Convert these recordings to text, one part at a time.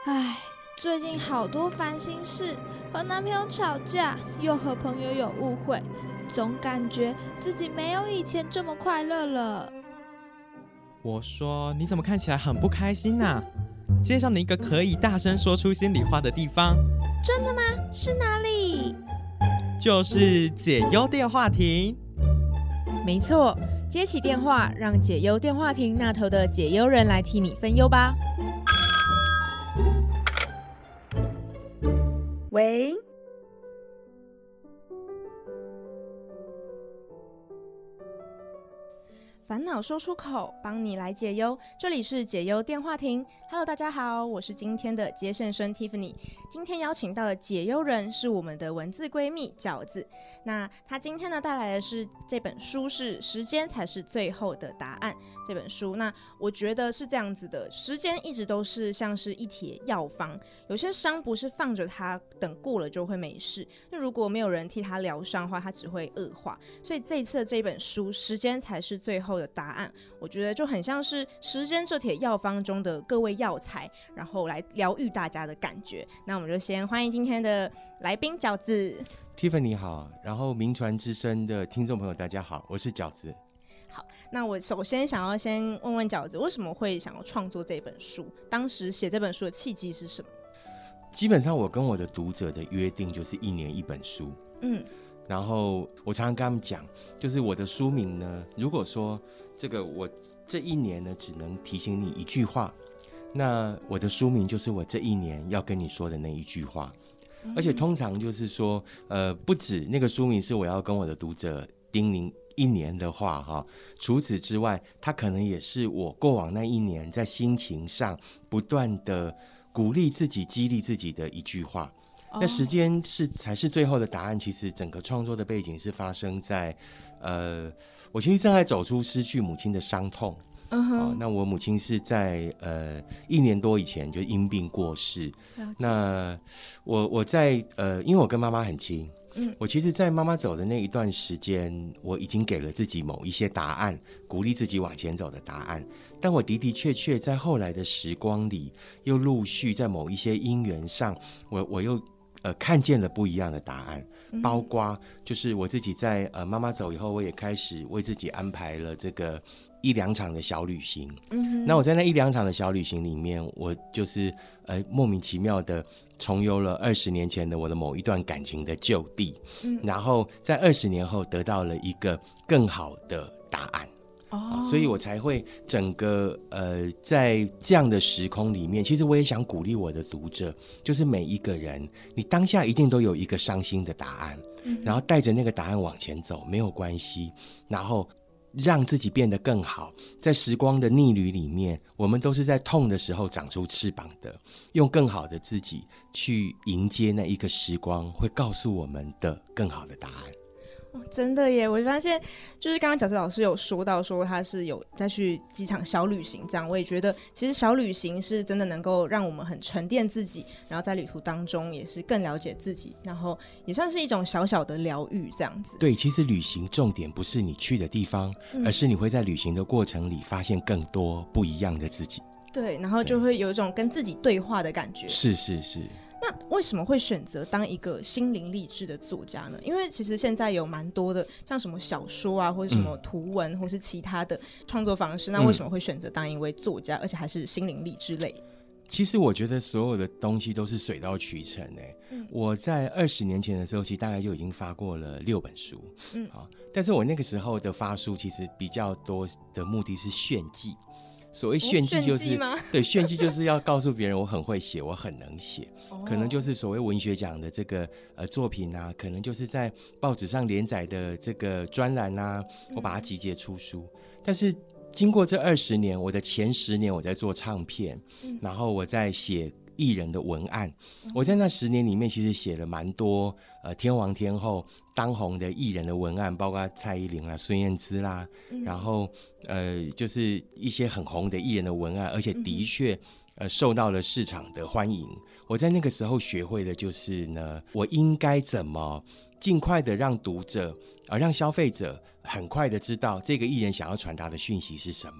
唉，最近好多烦心事，和男朋友吵架，又和朋友有误会，总感觉自己没有以前这么快乐了。 我说你怎么看起来很不开心啊？介绍你一个可以大声说出心里话的地方。 真的吗？是哪里？ 就是解忧电话亭。 没错，接起电话，让解忧电话亭那头的解忧人来替你分忧吧。 喂， 烦恼说出口，帮你来解忧。这里是解忧电话亭。Hello， 大家好，我是今天的接线生 Tiffany。今天邀请到的解忧人是我们的文字闺蜜饺子。那她今天呢带来的是这本书，是《时间才是最后的答案》这本书。那我觉得是这样子的，时间一直都是像是一帖药方，有些伤不是放着它等过了就会没事，那如果没有人替它疗伤的话，它只会恶化。所以这一次的这本书《时间才是最后的答案》，我觉得就很像是时间这帖药方中的各位药材，然后来疗愈大家的感觉。那我们就先欢迎今天的来宾饺子。 Tiffany 好，然后名传之声的听众朋友大家好，我是饺子。 好，那我首先想要先问问饺子，为什么会想要创作这本书？当时写这本书的契机是什么？ 基本上我跟我的读者的约定就是1年1本书，然后我常常跟他们讲，就是我的书名呢，如果说这个我这1年呢只能提醒你一句话，那我的书名就是我这1年要跟你说的那一句话。而且通常就是说不止那个书名是我要跟我的读者叮咛1年的话哈，除此之外，它可能也是我过往那1年在心情上不断的鼓励自己、激励自己的一句话。那时间才是最后的答案。其实整个创作的背景是发生在我其实正在走出失去母亲的伤痛。那我母亲是在1年多以前就因病过世。那我在因为我跟妈妈很亲，我其实在妈妈走的那一段时间，我已经给了自己某一些答案，鼓励自己往前走的答案。但我的的确确在后来的时光里，又陆续在某一些因缘上，我又看见了不一样的答案。包括就是我自己在妈妈走以后，我也开始为自己安排了这个1、2场的小旅行。那我在那1、2场的小旅行里面，我就是莫名其妙的重游了20年前的我的某一段感情的旧地，然后在20年后得到了一个更好的答案。所以我才会整个在这样的时空里面，其实我也想鼓励我的读者，就是每一个人，你当下一定都有一个伤心的答案，然后带着那个答案往前走，没有关系，然后让自己变得更好。在时光的逆旅里面，我们都是在痛的时候长出翅膀的，用更好的自己去迎接那一个时光会告诉我们的更好的答案。 真的耶，我发现就是刚刚饺子老师有说到说他是有再去几场小旅行这样，我也觉得其实小旅行是真的能够让我们很沉淀自己，然后在旅途当中也是更了解自己，然后也算是一种小小的疗愈这样子。 对，其实旅行重点不是你去的地方，而是你会在旅行的过程里发现更多不一样的自己。 对，然后就会有一种跟自己对话的感觉。 是是是。 那为什么会选择当一个心灵励志的作家呢？因为其实现在有蛮多的像什么小说啊，或者什么图文，或是其他的创作方式，那为什么会选择当一位作家，而且还是心灵励志类？ 其实我觉得所有的东西都是水到渠成。我在20年前的时候，其实大概就已经发过了6本书。但是我那个时候的发书其实比较多的目的是炫技。所谓炫技就是，对，炫技就是要告诉别人我很会写，我很能写。可能就是所谓文学奖的这个作品啊，可能就是在报纸上连载的这个专栏啊，我把它集结出书。但是经过这20年，我的前10年我在做唱片，然后我在写艺人的文案。我在那10年里面其实写了蛮多天王天后当红的艺人的文案，包括蔡依林啦、孙燕姿啦，然后就是一些很红的艺人的文案，而且的确受到了市场的欢迎。我在那个时候学会的就是呢，我应该怎么尽快的让读者让消费者很快的知道这个艺人想要传达的讯息是什么。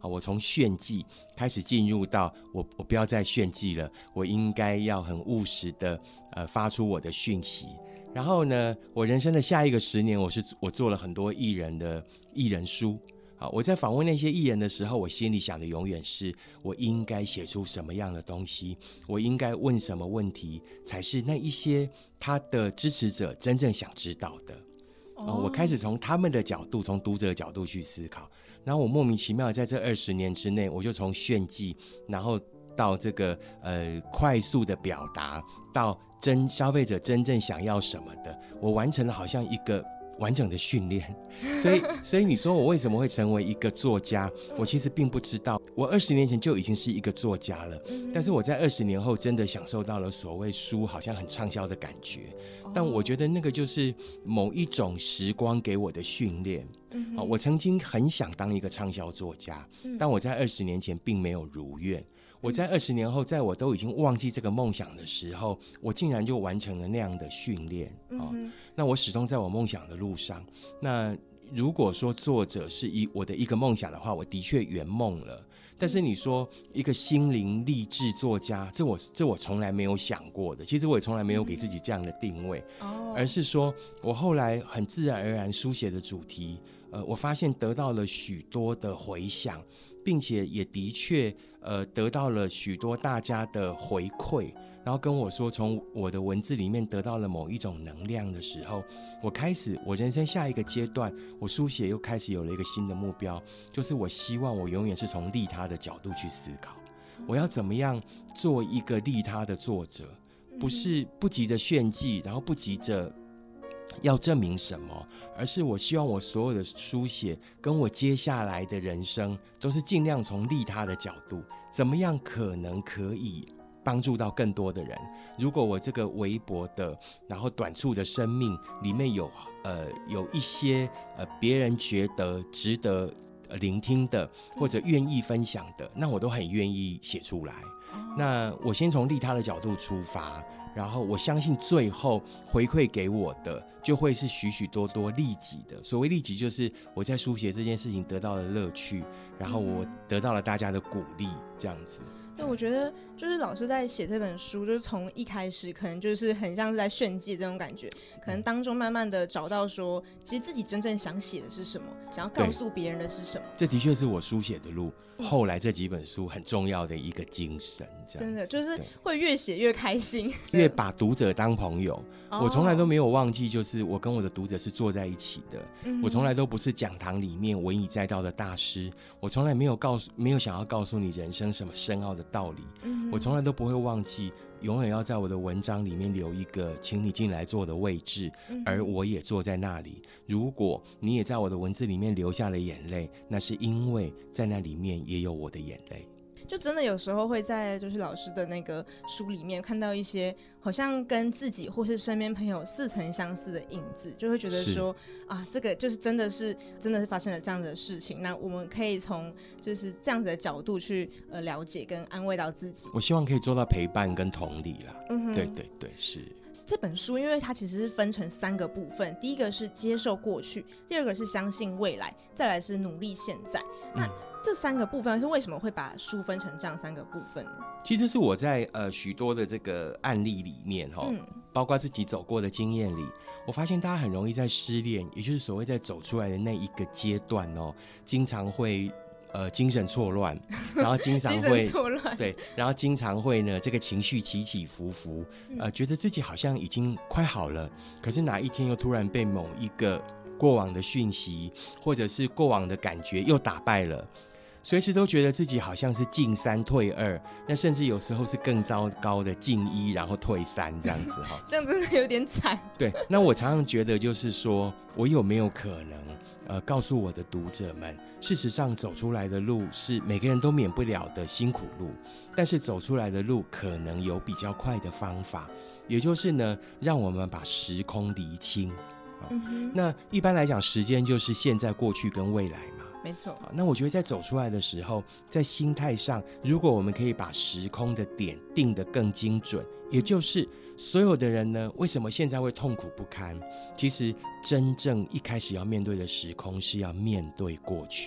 我从炫技开始进入到我不要再炫技了，我应该要很务实的发出我的讯息。然后呢，我人生的下一个10年，我做了很多艺人的艺人书。我在访问那些艺人的时候，我心里想的永远是我应该写出什么样的东西，我应该问什么问题，才是那一些他的支持者真正想知道的。我开始从他们的角度，从读者的角度去思考，然后我莫名其妙在这20年之内，我就从炫技，然后到这个快速的表达，到消费者真正想要什么的，我完成了好像一个完整的训练。所以你说我为什么会成为一个作家，我其实并不知道。我20年前就已经是一个作家了，但是我在20年后真的享受到了所谓书好像很畅销的感觉。但我觉得那个就是某一种时光给我的训练。我曾经很想当一个畅销作家，但我在20年前并没有如愿。我在20年后，在我都已经忘记这个梦想的时候，我竟然就完成了那样的训练。那我始终在我梦想的路上。那如果说作者是我的一个梦想的话，我的确圆梦了。但是你说一个心灵励志作家，这我从来没有想过的。其实我也从来没有给自己这样的定位，而是说我后来很自然而然书写的主题，我发现得到了许多的回响，并且也的确得到了许多大家的回馈，然后跟我说从我的文字里面得到了某一种能量的时候，我人生下一个阶段，我书写又开始有了一个新的目标，就是我希望我永远是从利他的角度去思考，我要怎么样做一个利他的作者，不急着炫技，然后不急着要证明什么，而是我希望我所有的书写跟我接下来的人生都是尽量从利他的角度，怎么样可以帮助到更多的人。如果我这个微薄的然后短促的生命里面有一些别人觉得值得聆听的或者愿意分享的，那我都很愿意写出来。那我先从利他的角度出发，然后我相信最后回馈给我的就会是许许多多利己的。所谓利己，就是我在书写这件事情得到了乐趣，然后我得到了大家的鼓励，这样子。 对，我觉得就是老师在写这本书，就是从一开始可能就是很像是在炫技这种感觉，可能当中慢慢的找到说，其实自己真正想写的是什么，想要告诉别人的是什么。这的确是我书写的路，后来这几本书很重要的一个精神。 真的就是会越写越开心， 越把读者当朋友。我从来都没有忘记，就是我跟我的读者是坐在一起的。我从来都不是讲堂里面文以载道的大师，我从来没有想要告诉你人生什么深奥的道理。我从来都不会忘记，永远要在我的文章里面留一个请你进来坐的位置，而我也坐在那里。如果你也在我的文字里面流下了眼泪，那是因为在那里面也有我的眼泪。 就真的有时候会在就是老师的那个书里面看到一些好像跟自己或是身边朋友似曾相识的影子，就会觉得说啊，这个就是真的是发生了这样的事情，那我们可以从就是这样子的角度去了解跟安慰到自己。 我希望可以做到陪伴跟同理啦。对对对，是。 这本书因为它其实是分成3个部分，第一个是接受过去，第二个是相信未来，再来是努力现在。那这3个部分是为什么会把书分成这样3个部分呢？ 其实是我在许多的这个案例里面包括自己走过的经验里，我发现大家很容易在失恋，也就是所谓在走出来的那一个阶段经常会精神错乱，然后经常会对，然后经常会呢这个情绪起起伏伏，觉得自己好像已经快好了，可是哪一天又突然被某一个过往的讯息或者是过往的感觉又打败了，随时都觉得自己好像是进3退2，那甚至有时候是更糟糕的进1然后退3这样子这样真的有点惨。 对，那我常常觉得就是说，我有没有可能告诉我的读者们，事实上走出来的路是每个人都免不了的辛苦路，但是走出来的路可能有比较快的方法，也就是呢，让我们把时空厘清。那一般来讲，时间就是现在、过去跟未来嘛。 没错。 那我觉得在走出来的时候，在心态上，如果我们可以把时空的点定得更精准，也就是所有的人呢，为什么现在会痛苦不堪？其实真正一开始要面对的时空是要面对过去。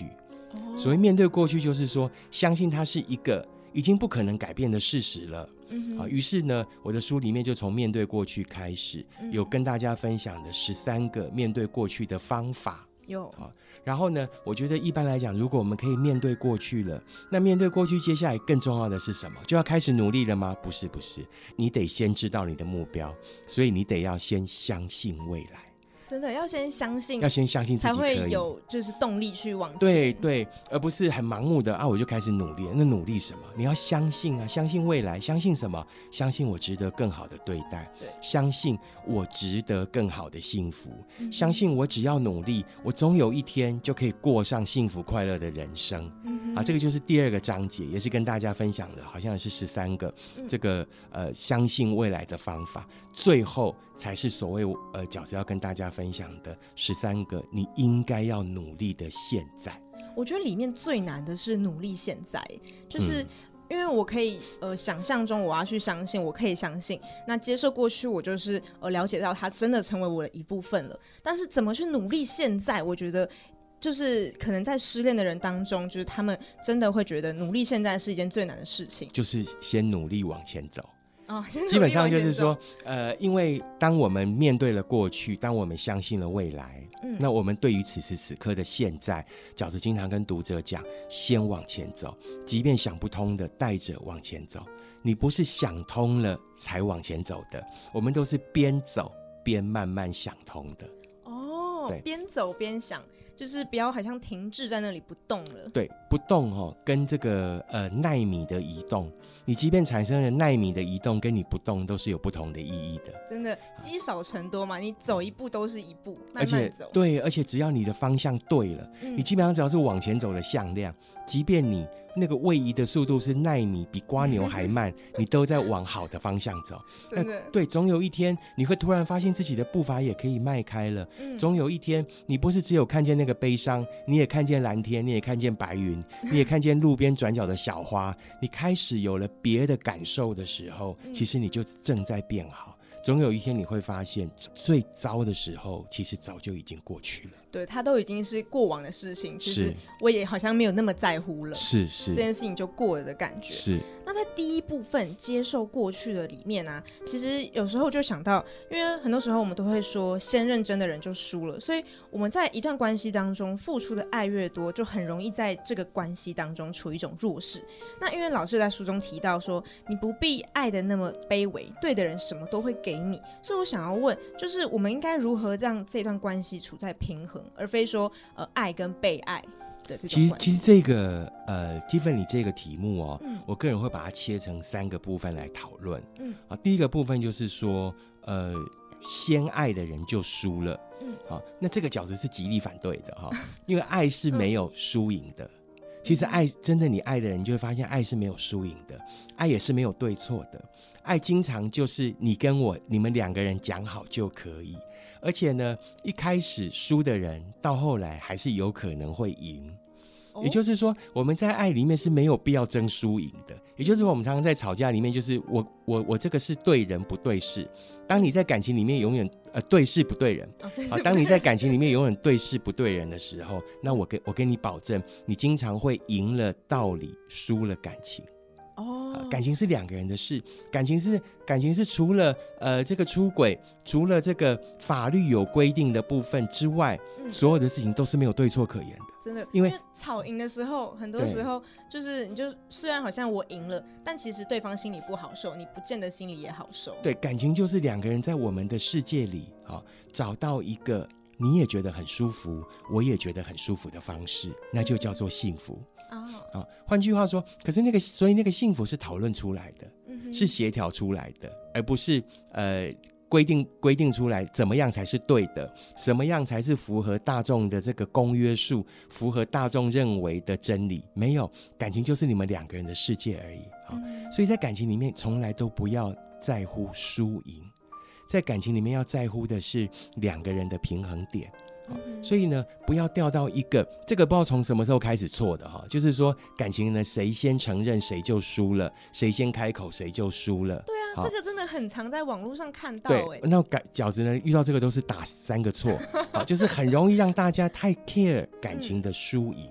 所谓面对过去，就是说相信它是一个已经不可能改变的事实了。于是呢，我的书里面就从面对过去开始，有跟大家分享的13个面对过去的方法。然后呢，我觉得一般来讲，如果我们可以面对过去了，那面对过去接下来更重要的是什么？就要开始努力了吗？不是，你得先知道你的目标，所以你得要先相信未来。 真的要先相信， 要先相信自己可以， 才会有就是动力去往前。 对，而不是很盲目的我就开始努力了。那努力什么？你要相信啊，相信未来，相信什么？相信我值得更好的对待，相信我值得更好的幸福，相信我只要努力，我总有一天就可以过上幸福快乐的人生。这个就是第2个章节，也是跟大家分享的，好像是13个这个相信未来的方法。最后才是所谓饺子要跟大家分享的13个你应该要努力的现在。 我觉得里面最难的是努力现在，就是因为我可以想象中我要去相信，我可以相信，那接受过去，我就是了解到它真的成为我的一部分了。但是怎么去努力现在，我觉得就是可能在失恋的人当中，就是他们真的会觉得努力现在是一件最难的事情， 就是先努力往前走。基本上就是说因为当我们面对了过去，当我们相信了未来，那我们对于此时此刻的现在，饺子经常跟读者讲，先往前走，即便想不通的带着往前走。你不是想通了才往前走的，我们都是边走边慢慢想通的。对， 边走边想，就是不要好像停滞在那里不动了。 对，不动跟这个奈米的移动，你即便产生了奈米的移动，跟你不动都是有不同的意义的。 真的积少成多嘛，你走一步都是一步，慢慢走。 对，而且只要你的方向对了，你基本上只要是往前走的向量，即便你那个位移的速度是奈米，比蝸牛还慢，你都在往好的方向走。 真的， 对，总有一天你会突然发现自己的步伐也可以迈开了。总有一天，你不是只有看见那个悲伤，你也看见蓝天，你也看见白云，你也看见路边转角的小花，你开始有了别的感受的时候，其实你就正在变好。总有一天你会发现，最糟的时候其实早就已经过去了。 对，它都已经是过往的事情，其实我也好像没有那么在乎了。 是这件事情就过了的感觉。 是。 那在第一部分接受过去的里面啊，其实有时候就想到，因为很多时候我们都会说，先认真的人就输了，所以我们在一段关系当中付出的爱越多，就很容易在这个关系当中处于一种弱势。那因为老师在书中提到说，你不必爱的那么卑微，对的人什么都会给你，所以我想要问，就是我们应该如何让这段关系处在平衡，而非说爱跟被爱的这种关系。 其实这个Tiffany 这个题目我个人会把它切成3个部分来讨论。第一个部分就是说先爱的人就输了。那这个饺子是极力反对的因为爱是没有输赢的。其实爱真的，你爱的人，你就会发现爱是没有输赢的，爱也是没有对错的。爱经常就是你跟我，你们2个人讲好就可以。而且呢，一开始输的人到后来还是有可能会赢。也就是说，我们在爱里面是没有必要争输赢的。也就是说，我们常常在吵架里面，就是我这个是对人不对事。当你在感情里面永远对事不对人，当你在感情里面永远对事不对人的时候，那我跟你保证，你经常会赢了道理，输了感情。感情是2个人的事，感情是除了这个出轨，除了这个法律有规定的部分之外，所有的事情都是没有对错可言的。 真的，因为吵赢的时候，很多时候就是你就虽然好像我赢了，但其实对方心里不好受，你不见得心里也好受。 对，感情就是2个人在我们的世界里找到一个你也觉得很舒服，我也觉得很舒服的方式，那就叫做幸福。换句话说，可是所以那个幸福是讨论出来的，是协调出来的，而不是规定出来怎么样才是对的，什么样才是符合大众的这个公约数，符合大众认为的真理。没有，感情就是你们2个人的世界而已。所以在感情里面从来都不要在乎输赢，在感情里面要在乎的是2个人的平衡点。所以呢，不要掉到一个这个不知道从什么时候开始错的就是说感情呢，谁先承认谁就输了，谁先开口谁就输了。 对啊，这个真的很常在网络上看到。 对，那饺子呢遇到这个都是打3个错就是很容易让大家太 care 感情的输赢。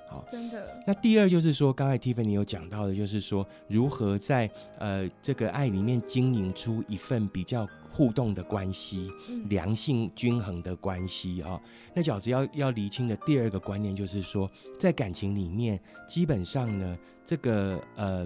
好， 真的。 那第二就是说，刚才 Tiffany 有讲到的，就是说如何在这个爱里面经营出一份比较互动的关系，良性均衡的关系啊。那饺子要厘清的第二个观念就是说，在感情里面，基本上呢，这个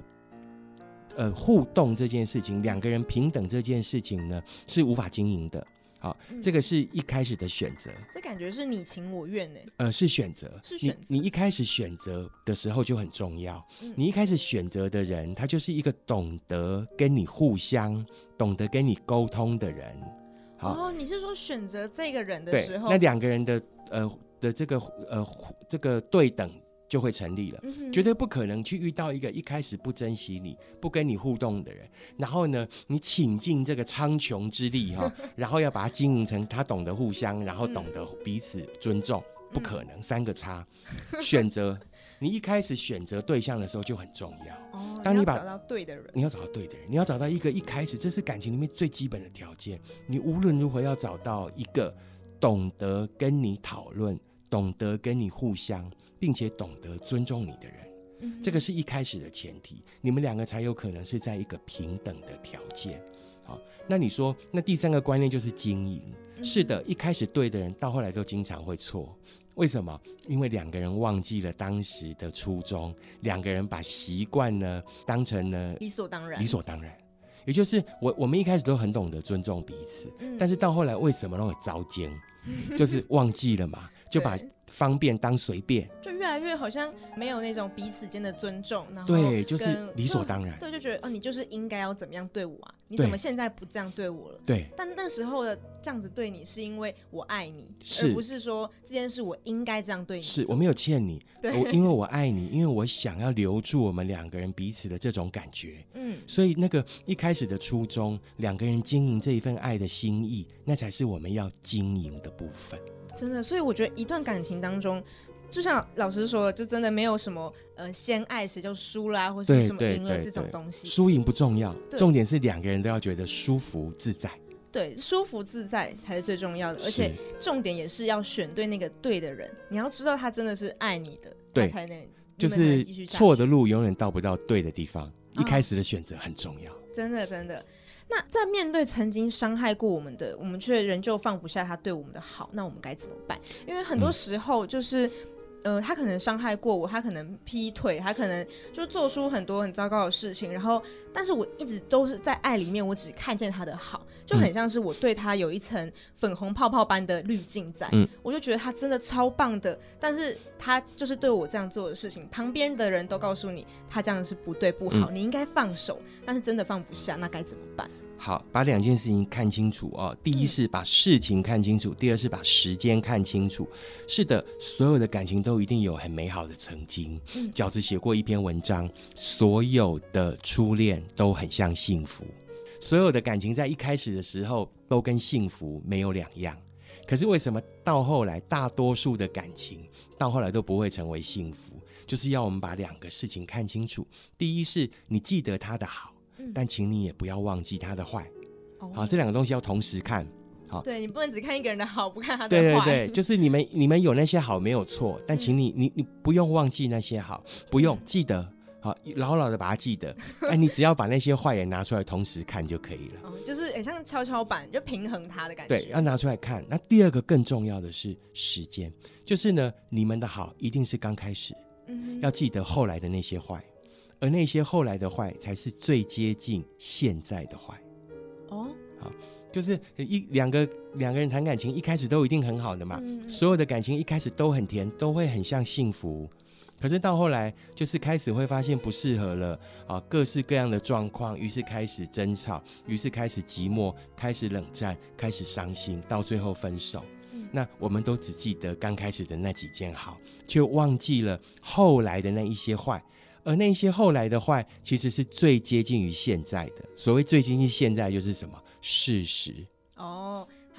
互动这件事情，两个人平等这件事情呢，是无法经营的。好，这个是一开始的选择， 这感觉是你情我愿呢。 是选择， 是选择。 你一开始选择的时候就很重要。你一开始选择的人，他就是一个懂得跟你互相、懂得跟你沟通的人。 好，你是说选择这个人的时候， 那两个人的这个对等就会成立了，绝对不可能去遇到一个一开始不珍惜你、不跟你互动的人，然后呢，你倾尽这个苍穹之力然后要把它经营成他懂得互相，然后懂得彼此尊重，不可能，三个差。选择，你一开始选择对象的时候就很重要。当你要找到对的人， 你要找到对的人，你要找到一个一开始，这是感情里面最基本的条件。你无论如何要找到一个懂得跟你讨论、懂得跟你互相，并且懂得尊重你的人，这个是一开始的前提，你们两个才有可能是在一个平等的条件。好，那你说，那第三个观念就是经营。是的，一开始对的人，到后来都经常会错。为什么？因为两个人忘记了当时的初衷，两个人把习惯呢当成了理所当然。 也就是我们一开始都很懂得尊重彼此，但是到后来为什么那么糟践？就是忘记了嘛，就把方便当随便， 就越来越好像没有那种彼此间的尊重，然后对，就是理所当然， 对，就觉得你就是应该要怎么样对我啊？你怎么现在不这样对我了？ 对， 但那时候的这样子对你是因为我爱你，而不是说这件事我应该这样对你。 是我没有欠你，因为我爱你，因为我想要留住我们两个人彼此的这种感觉。所以那个一开始的初衷，两个人经营这一份爱的心意，那才是我们要经营的部分。 真的，所以我觉得一段感情当中，就像老师说的，就真的没有什么先爱谁就输啦，或是什么赢了这种东西。 输赢不重要，重点是两个人都要觉得舒服自在。 对，舒服自在才是最重要的，而且重点也是要选对那个对的人。你要知道他真的是爱你的， 对， 才能就是错的路永远到不到对的地方。一开始的选择很重要， 真的真的。那在面对曾经伤害过我们的，我们却仍旧放不下他对我们的好，那我们该怎么办？因为很多时候就是他可能伤害过我，他可能劈腿，他可能就做出很多很糟糕的事情，然后但是我一直都是在爱里面，我只看见他的好，就很像是我对他有一层粉红泡泡般的滤镜在，我就觉得他真的超棒的，但是他就是对我这样做的事情，旁边的人都告诉你他这样是不对不好，你应该放手，但是真的放不下，那该怎么办？ 好，把两件事情看清楚哦。第一是把事情看清楚，第二是把时间看清楚。是的，所有的感情都一定有很美好的曾经。饺子写过一篇文章，所有的初恋都很像幸福，所有的感情在一开始的时候都跟幸福没有两样。可是为什么到后来大多数的感情到后来都不会成为幸福？就是要我们把两个事情看清楚。第一是你记得他的好，但请你也不要忘记他的坏。好，这两个东西要同时看。好， 对，你不能只看一个人的好，不看他的坏。 对，就是你们有那些好没有错，但请你不用忘记那些好，不用记得。好，牢牢的把它记得。你只要把那些坏也拿出来同时看就可以了。 就是很像跷跷板，就平衡它的感觉。 对，要拿出来看。那第二个更重要的是时间，就是呢，你们的好一定是刚开始，要记得后来的那些坏。而那些后来的坏才是最接近现在的坏。好，就是两个人谈感情一开始都一定很好的嘛，所有的感情一开始都很甜，都会很像幸福。可是到后来就是开始会发现不适合了各式各样的状况，于是开始争吵，于是开始寂寞，开始冷战，开始伤心，到最后分手。那我们都只记得刚开始的那几件好，却忘记了后来的那一些坏。而那些后来的坏其实是最接近于现在的。所谓最接近现在就是什么？事实。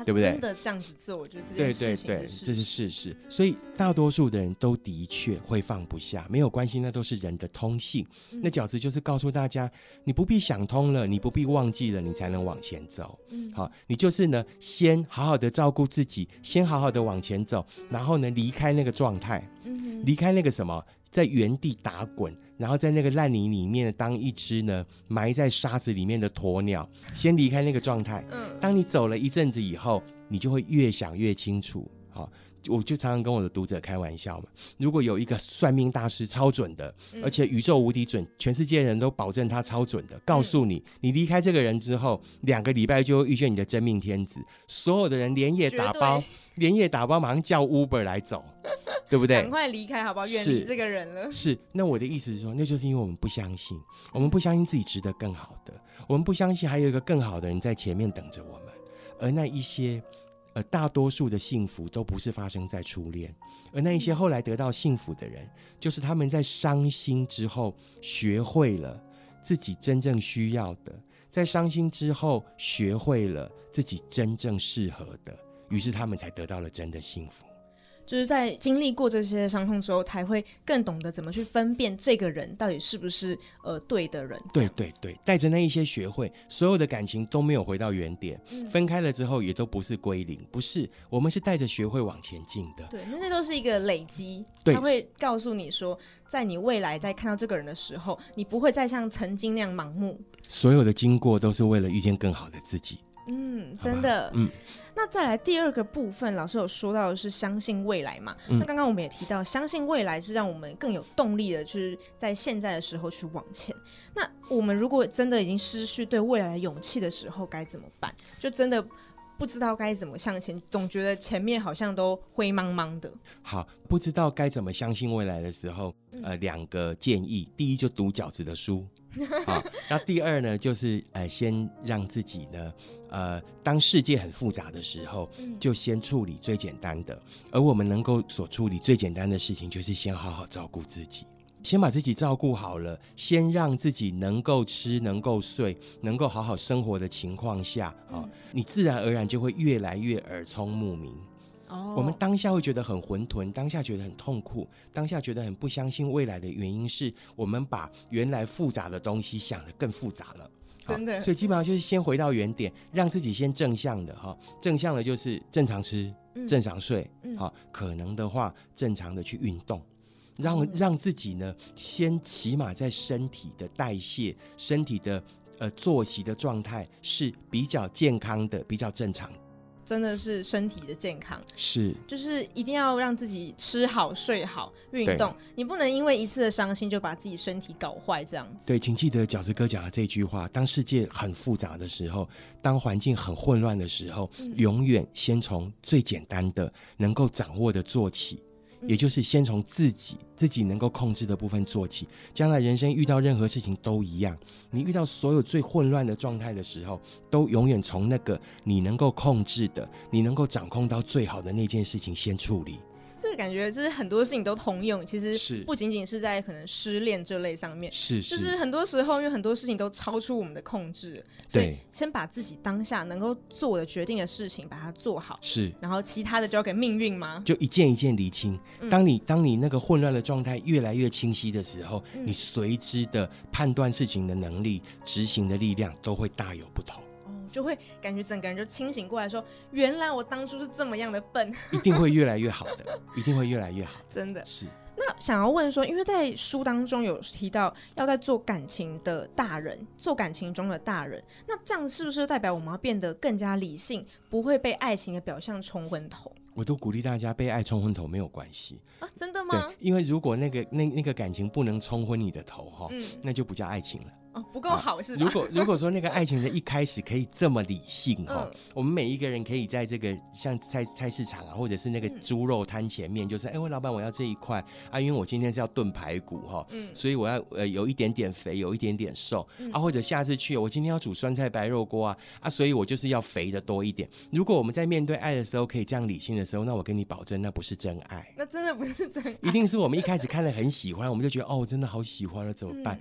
对不对？ 真的这样子做，我觉得这件事情是事实。 这是事实。所以大多数的人都的确会放不下，没有关系，那都是人的通性。那饺子就是告诉大家，你不必想通了，你不必忘记了，你才能往前走。好，你就是呢，先好好的照顾自己，先好好的往前走，然后呢，离开那个状态，离开那个什么，在原地打滚，然后在那个烂泥里面当一只呢埋在沙子里面的鸵鸟，先离开那个状态。当你走了一阵子以后，你就会越想越清楚。好，我就常常跟我的读者开玩笑嘛，如果有一个算命大师超准的，而且宇宙无敌准，全世界人都保证他超准的，告诉你，你离开这个人之后2个礼拜就会遇见你的真命天子，所有的人连夜打包马上叫 Uber 来走，对不对？ 赶快离开好不好？远离这个人了。 是，那我的意思是说，那就是因为我们不相信，我们不相信自己值得更好的，我们不相信还有一个更好的人在前面等着我们，而那一些大多数的幸福都不是发生在初恋，而那一些后来得到幸福的人，就是他们在伤心之后学会了自己真正需要的，在伤心之后学会了自己真正适合的，于是他们才得到了真的幸福。 就是在经历过这些伤痛之后，才会更懂得怎么去分辨这个人到底是不是对的人。 对，带着那一些学会，所有的感情都没有回到原点，分开了之后也都不是归零，不是，我们是带着学会往前进的。 对，那都是一个累积，它会告诉你说，在你未来在看到这个人的时候，你不会再像曾经那样盲目。 所有的经过都是为了遇见更好的自己。 真的。那再来第2个部分，老师有说到的是相信未来嘛？那刚刚我们也提到，相信未来是让我们更有动力的，就是在现在的时候去往前。那我们如果真的已经失去对未来的勇气的时候，该怎么办？就真的不知道该怎么向前，总觉得前面好像都灰茫茫的。好， 不知道该怎么相信未来的时候，2个建议，第一就读饺子的书。好，那第2呢，就是先让自己呢，当世界很复杂的时候，就先处理最简单的。而我们能够所处理最简单的事情，就是先好好照顾自己，先把自己照顾好了，先让自己能够吃、能够睡、能够好好生活的情况下，你自然而然就会越来越耳聪目明。我们当下会觉得很混沌，当下觉得很痛苦，当下觉得很不相信未来的原因是我们把原来复杂的东西想得更复杂了。 真的， 所以基本上就是先回到原点，让自己先正向的正向的就是正常吃、正常睡，可能的话正常的去运动，让自己呢先起码在身体的代谢、身体的作息的状态是比较健康的、比较正常的。 真的是身体的健康， 是就是一定要让自己吃好睡好运动，你不能因为一次的伤心就把自己身体搞坏这样子。 对，请记得饺子哥讲的这句话，当世界很复杂的时候，当环境很混乱的时候，永远先从最简单的能够掌握的做起，也就是先从自己能够控制的部分做起，将来人生遇到任何事情都一样，你遇到所有最混乱的状态的时候，都永远从那个你能够控制的、你能够掌控到最好的那件事情先处理。 这个感觉就是很多事情都通用，其实不仅仅是在可能失恋这类上面，就是很多时候因为很多事情都超出我们的控制，所以先把自己当下能够做的决定的事情把它做好，然后其他的交给命运吗？ 就一件一件厘清。当你那个混乱的状态越来越清晰的时候，你随之的判断事情的能力、执行的力量都会大有不同。 就会感觉整个人就清醒过来说，原来我当初是这么样的笨。 一定会越来越好的，一定会越来越好。 真的是。 那想要问说，因为在书当中有提到要在做感情的大人，做感情中的大人，那这样是不是代表我们要变得更加理性，不会被爱情的表象冲昏头？ 我都鼓励大家被爱冲昏头没有关系啊，真的吗？ 对，因为如果那个感情不能冲昏你的头那就不叫爱情了。 不够好是吧？ 如果说那个爱情的一开始可以这么理性我们每一个人可以在这个像菜市场或者是那个猪肉摊前面，就是我老板我要这一块因为我今天是要炖排骨所以我要有一点点肥，有一点点瘦或者下次去我今天要煮酸菜白肉锅所以我就是要肥的多一点。如果我们在面对爱的时候可以这样理性的时候，那我跟你保证那不是真爱， 那真的不是真爱， 一定是我们一开始看了很喜欢，我们就觉得真的好喜欢了，怎么办？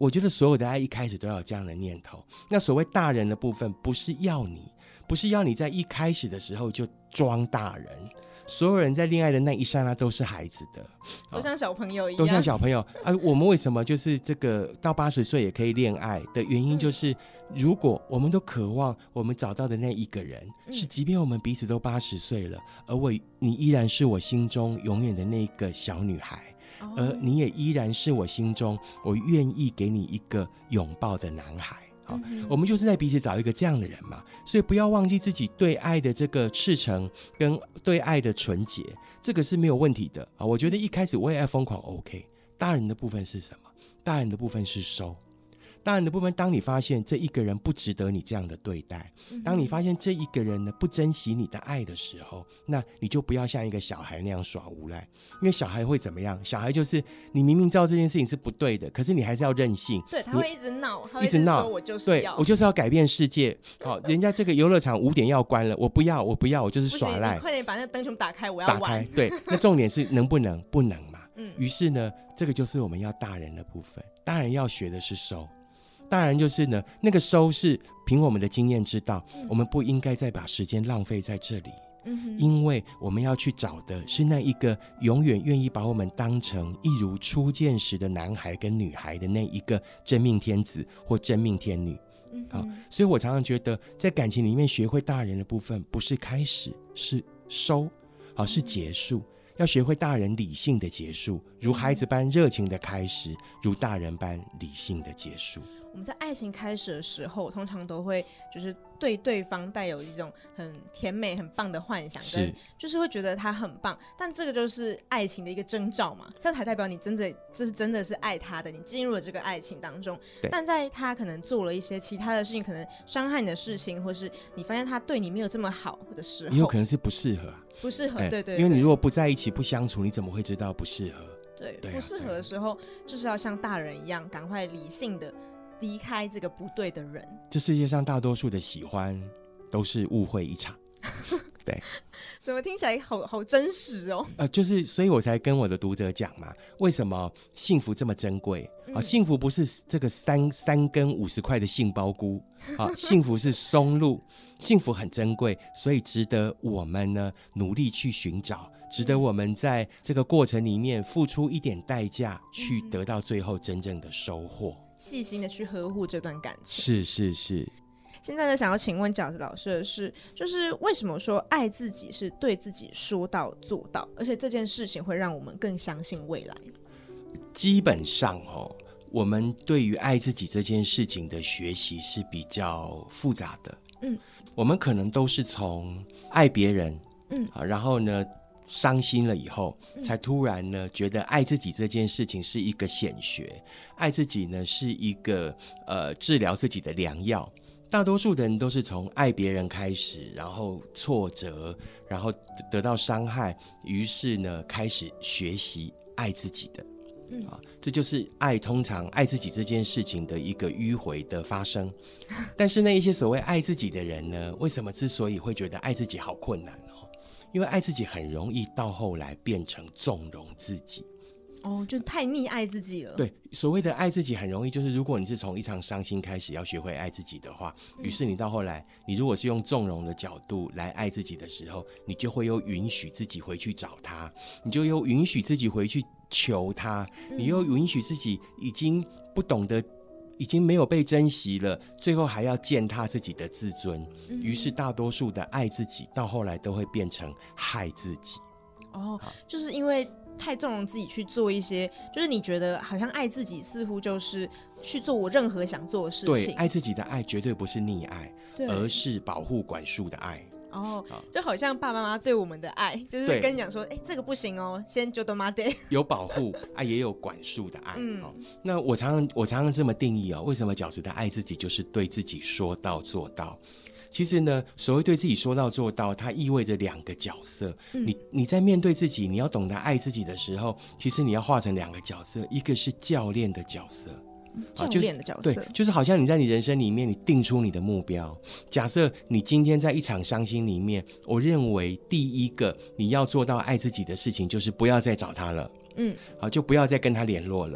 我觉得所有的爱一开始都要有这样的念头。那所谓大人的部分，不是要你在一开始的时候就装大人。所有人在恋爱的那一刹那都是孩子的， 都像小朋友一样， 都像小朋友啊。我们为什么就是这个到80岁也可以恋爱的原因，就是如果我们都渴望我们找到的那一个人，是即便我们彼此都80岁了，而你依然是我心中永远的那个小女孩，而你也依然是我心中我愿意给你一个拥抱的男孩。我们就是在彼此找一个这样的人嘛，所以不要忘记自己对爱的这个赤诚跟对爱的纯洁，这个是没有问题的。我觉得一开始为爱疯狂 OK。 大人的部分是什么？大人的部分是收。大人的部分，当你发现这一个人不值得你这样的对待，当你发现这一个人呢不珍惜你的爱的时候，那你就不要像一个小孩那样耍无赖。因为小孩会怎么样？小孩就是你明明知道这件事情是不对的，可是你还是要任性。 对，他会一直闹，他会一直说我就是要， 对，我就是要改变世界。人家这个游乐场5点要关了，我不要，我就是耍赖。 你快点把那灯全部打开，我要玩。打开， 对。那重点是能不能？不能嘛。于是呢，这个就是我们要大人的部分。大人要学的是收。当然就是呢，那个收是凭我们的经验知道，我们不应该再把时间浪费在这里，因为我们要去找的是那一个永远愿意把我们当成一如初见时的男孩跟女孩的那一个真命天子或真命天女。所以我常常觉得在感情里面学会大人的部分，不是开始，是收，是结束。要学会大人理性的结束，如孩子般热情的开始，如大人般理性的结束。 我们在爱情开始的时候，通常都会就是对对方带有一种很甜美很棒的幻想，跟就是会觉得他很棒，但这个就是爱情的一个征兆嘛，这才代表你真的是爱他的，你进入了这个爱情当中。但在他可能做了一些其他的事情，可能伤害你的事情，或是你发现他对你没有这么好的时候， 也有可能是不适合不适合，对， 因为你如果不在一起不相处，你怎么会知道不适合？ 对，不适合的时候就是要像大人一样赶快理性的离开这个不对的人。 这世界上大多数的喜欢都是误会一场。对， 怎么听起来好真实哦？ 就是所以我才跟我的读者讲嘛，为什么幸福这么珍贵？幸福不是这个三根50块的杏鲍菇，幸福是松露，幸福很珍贵，所以值得我们呢努力去寻找，值得我们在这个过程里面付出一点代价，去得到最后真正的收获， 细心的去呵护这段感情。 是。 现在呢，想要请问饺子老师的是，就是为什么说爱自己是对自己说到做到，而且这件事情会让我们更相信未来？ 基本上我们对于爱自己这件事情的学习是比较复杂的。我们可能都是从爱别人，然后呢伤心了以后，才突然呢觉得爱自己这件事情是一个显学，爱自己呢是一个治疗自己的良药。大多数的人都是从爱别人开始，然后挫折，然后得到伤害，于是呢开始学习爱自己的。这就是通常爱自己这件事情的一个迂回的发生。但是那一些所谓爱自己的人呢，为什么之所以会觉得爱自己好困难？因为爱自己很容易到后来变成纵容自己。 就太溺爱自己了。 对，所谓的爱自己很容易就是如果你是从一场伤心开始要学会爱自己的话，于是你到后来你如果是用纵容的角度来爱自己的时候，你就会又允许自己回去找他，你就又允许自己回去求他，你又允许自己已经不懂得，已经没有被珍惜了，最后还要践踏自己的自尊，于是大多数的爱自己到后来都会变成害自己。 就是因为太纵容自己去做一些，就是你觉得好像爱自己似乎就是去做我任何想做的事情。 对，爱自己的爱绝对不是溺爱，而是保护管束的爱。 就好像爸爸妈妈对我们的爱，就是跟你讲说，这个不行先就都妈的。有保护也有管束的爱。那我常常这么定义为什么饺子的爱自己就是对自己说到做到？其实呢，所谓对自己说到做到，它意味着2个角色。你在面对自己，你要懂得爱自己的时候，其实你要化成2个角色，一个是教练的角色。 教练的角色， 对，就是好像你在你人生里面，你定出你的目标。假设你今天在一场伤心里面，我认为第一个你要做到爱自己的事情，就是不要再找他了。就不要再跟他联络了。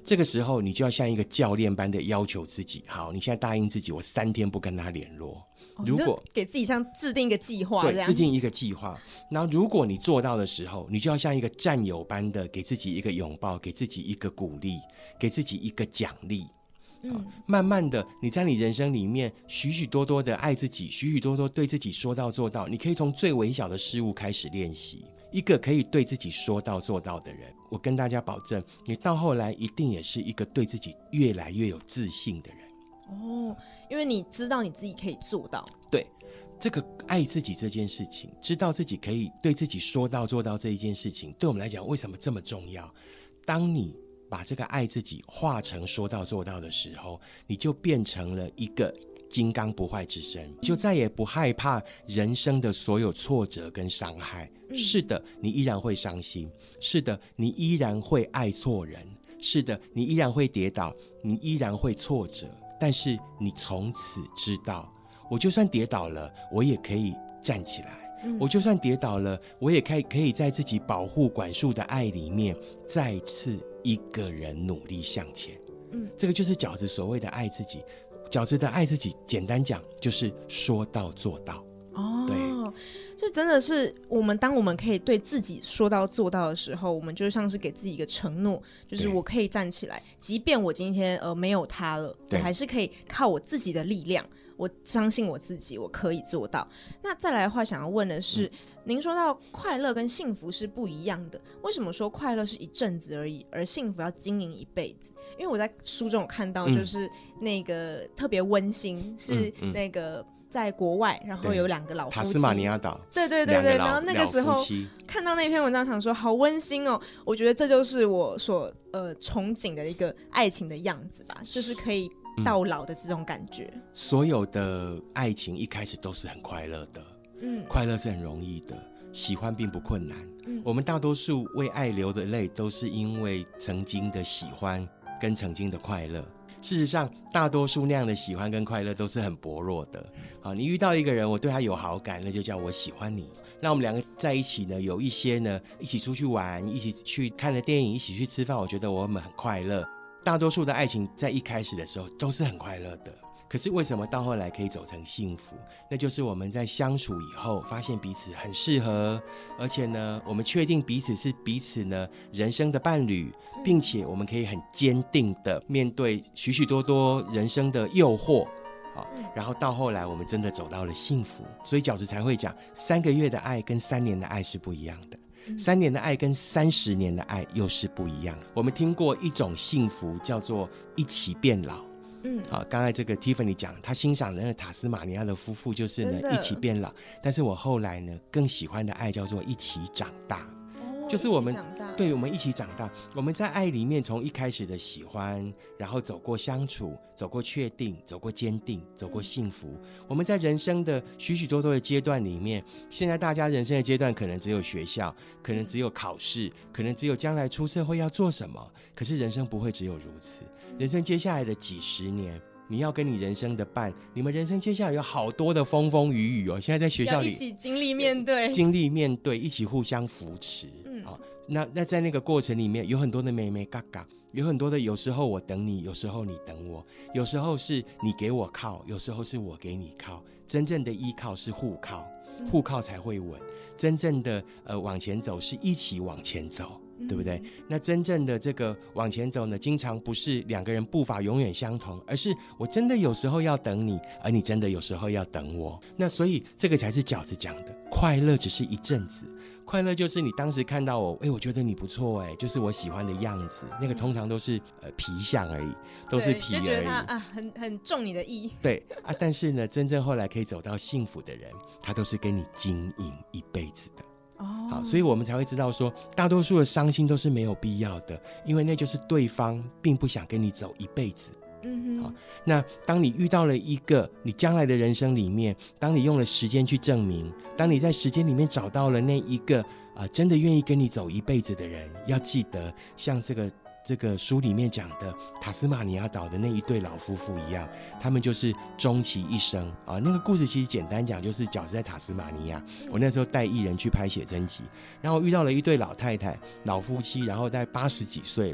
这个时候你就要像一个教练般的要求自己，好，你现在答应自己我3天不跟他联络。如果给自己像制定一个计划， 对，制定一个计划。然后如果你做到的时候，你就要像一个战友般的给自己一个拥抱，给自己一个鼓励，给自己一个奖励。慢慢的你在你人生里面许许多多的爱自己，许许多多对自己说到做到。你可以从最微小的事物开始练习。一个可以对自己说到做到的人，我跟大家保证，你到后来一定也是一个对自己越来越有自信的人。 因为你知道你自己可以做到。 对，这个爱自己这件事情，知道自己可以对自己说到做到这一件事情，对我们来讲为什么这么重要？当你把这个爱自己化成说到做到的时候，你就变成了一个金刚不坏之身，就再也不害怕人生的所有挫折跟伤害。是的，你依然会伤心，是的，你依然会爱错人，是的，你依然会跌倒，你依然会挫折，但是你从此知道，我就算跌倒了我也可以站起来，我就算跌倒了我也可以在自己保护管束的爱里面再次一个人努力向前。这个就是饺子所谓的爱自己。饺子的爱自己简单讲就是说到做到。对， 所以真的是当我们可以对自己说到做到的时候，我们就像是给自己一个承诺，就是我可以站起来，即便我今天没有他了，我还是可以靠我自己的力量，我相信我自己，我可以做到。那再来的话想要问的是，您说到快乐跟幸福是不一样的，为什么说快乐是一阵子而已，而幸福要经营一辈子？因为我在书中有看到就是那个特别温馨，是那个在国外，然后有2个老夫妻， 塔斯马尼亚岛， 对，然后那个时候看到那篇文章想说好温馨哦，我觉得这就是我所憧憬的一个爱情的样子吧，就是可以到老的这种感觉。 所有的爱情一开始都是很快乐的，快乐是很容易的，喜欢并不困难。我们大多数为爱流的泪都是因为曾经的喜欢跟曾经的快乐。事实上大多数那样的喜欢跟快乐都是很薄弱的。好，你遇到一个人，我对他有好感，那就叫我喜欢你。那我们2个在一起呢，有一些呢一起出去玩，一起去看了电影，一起去吃饭，我觉得我们很快乐。大多数的爱情在一开始的时候都是很快乐的，可是为什么到后来可以走成幸福？那就是我们在相处以后发现彼此很适合，而且呢我们确定彼此是彼此呢人生的伴侣，并且我们可以很坚定的面对许许多多人生的诱惑。然后到后来我们真的走到了幸福。所以饺子才会讲3个月的爱跟3年的爱是不一样的，3年的爱跟30年的爱又是不一样。我们听过一种幸福叫做一起变老。刚才这个 Tiffany 讲她欣赏的那个塔斯马尼亚的夫妇就是呢一起变老，但是我后来呢更喜欢的爱叫做一起长大。就是我们对我们一起长大，我们在爱里面从一开始的喜欢，然后走过相处，走过确定，走过坚定，走过幸福。我们在人生的许许多多的阶段里面，现在大家人生的阶段可能只有学校，可能只有考试，可能只有将来出社会要做什么，可是人生不会只有如此。人生接下来的几十年，你要跟你人生的伴，你们人生接下来有好多的风风雨雨哦。现在在学校里要一起经历面对， 一起互相扶持。那在那个过程里面有很多的妹妹嘎嘎，有很多的有时候我等你，有时候你等我，有时候是你给我靠，有时候是我给你靠。真正的依靠是互靠，互靠才会稳。真正的往前走是一起往前走，对不对？那真正的这个往前走呢，经常不是2个人步伐永远相同，而是我真的有时候要等你，而你真的有时候要等我。那所以这个才是饺子讲的，快乐只是一阵子。快乐就是你当时看到我，我觉得你不错，就是我喜欢的样子。那个通常都是皮相而已，都是皮而已， 就觉得他很中你的意。 对但是呢，真正后来可以走到幸福的人，他都是跟你经营一辈子的。好，所以我们才会知道说，大多数的伤心都是没有必要的，因为那就是对方并不想跟你走一辈子。好，那当你遇到了一个你将来的人生里面，当你用了时间去证明，当你在时间里面找到了那一个真的愿意跟你走一辈子的人，要记得像这个书里面讲的塔斯马尼亚岛的那一对老夫妇一样，他们就是终其一生那个故事其实简单讲就是饺子在塔斯马尼亚，我那时候带艺人去拍写真集，然后遇到了一对老太太老夫妻，然后大概80几岁了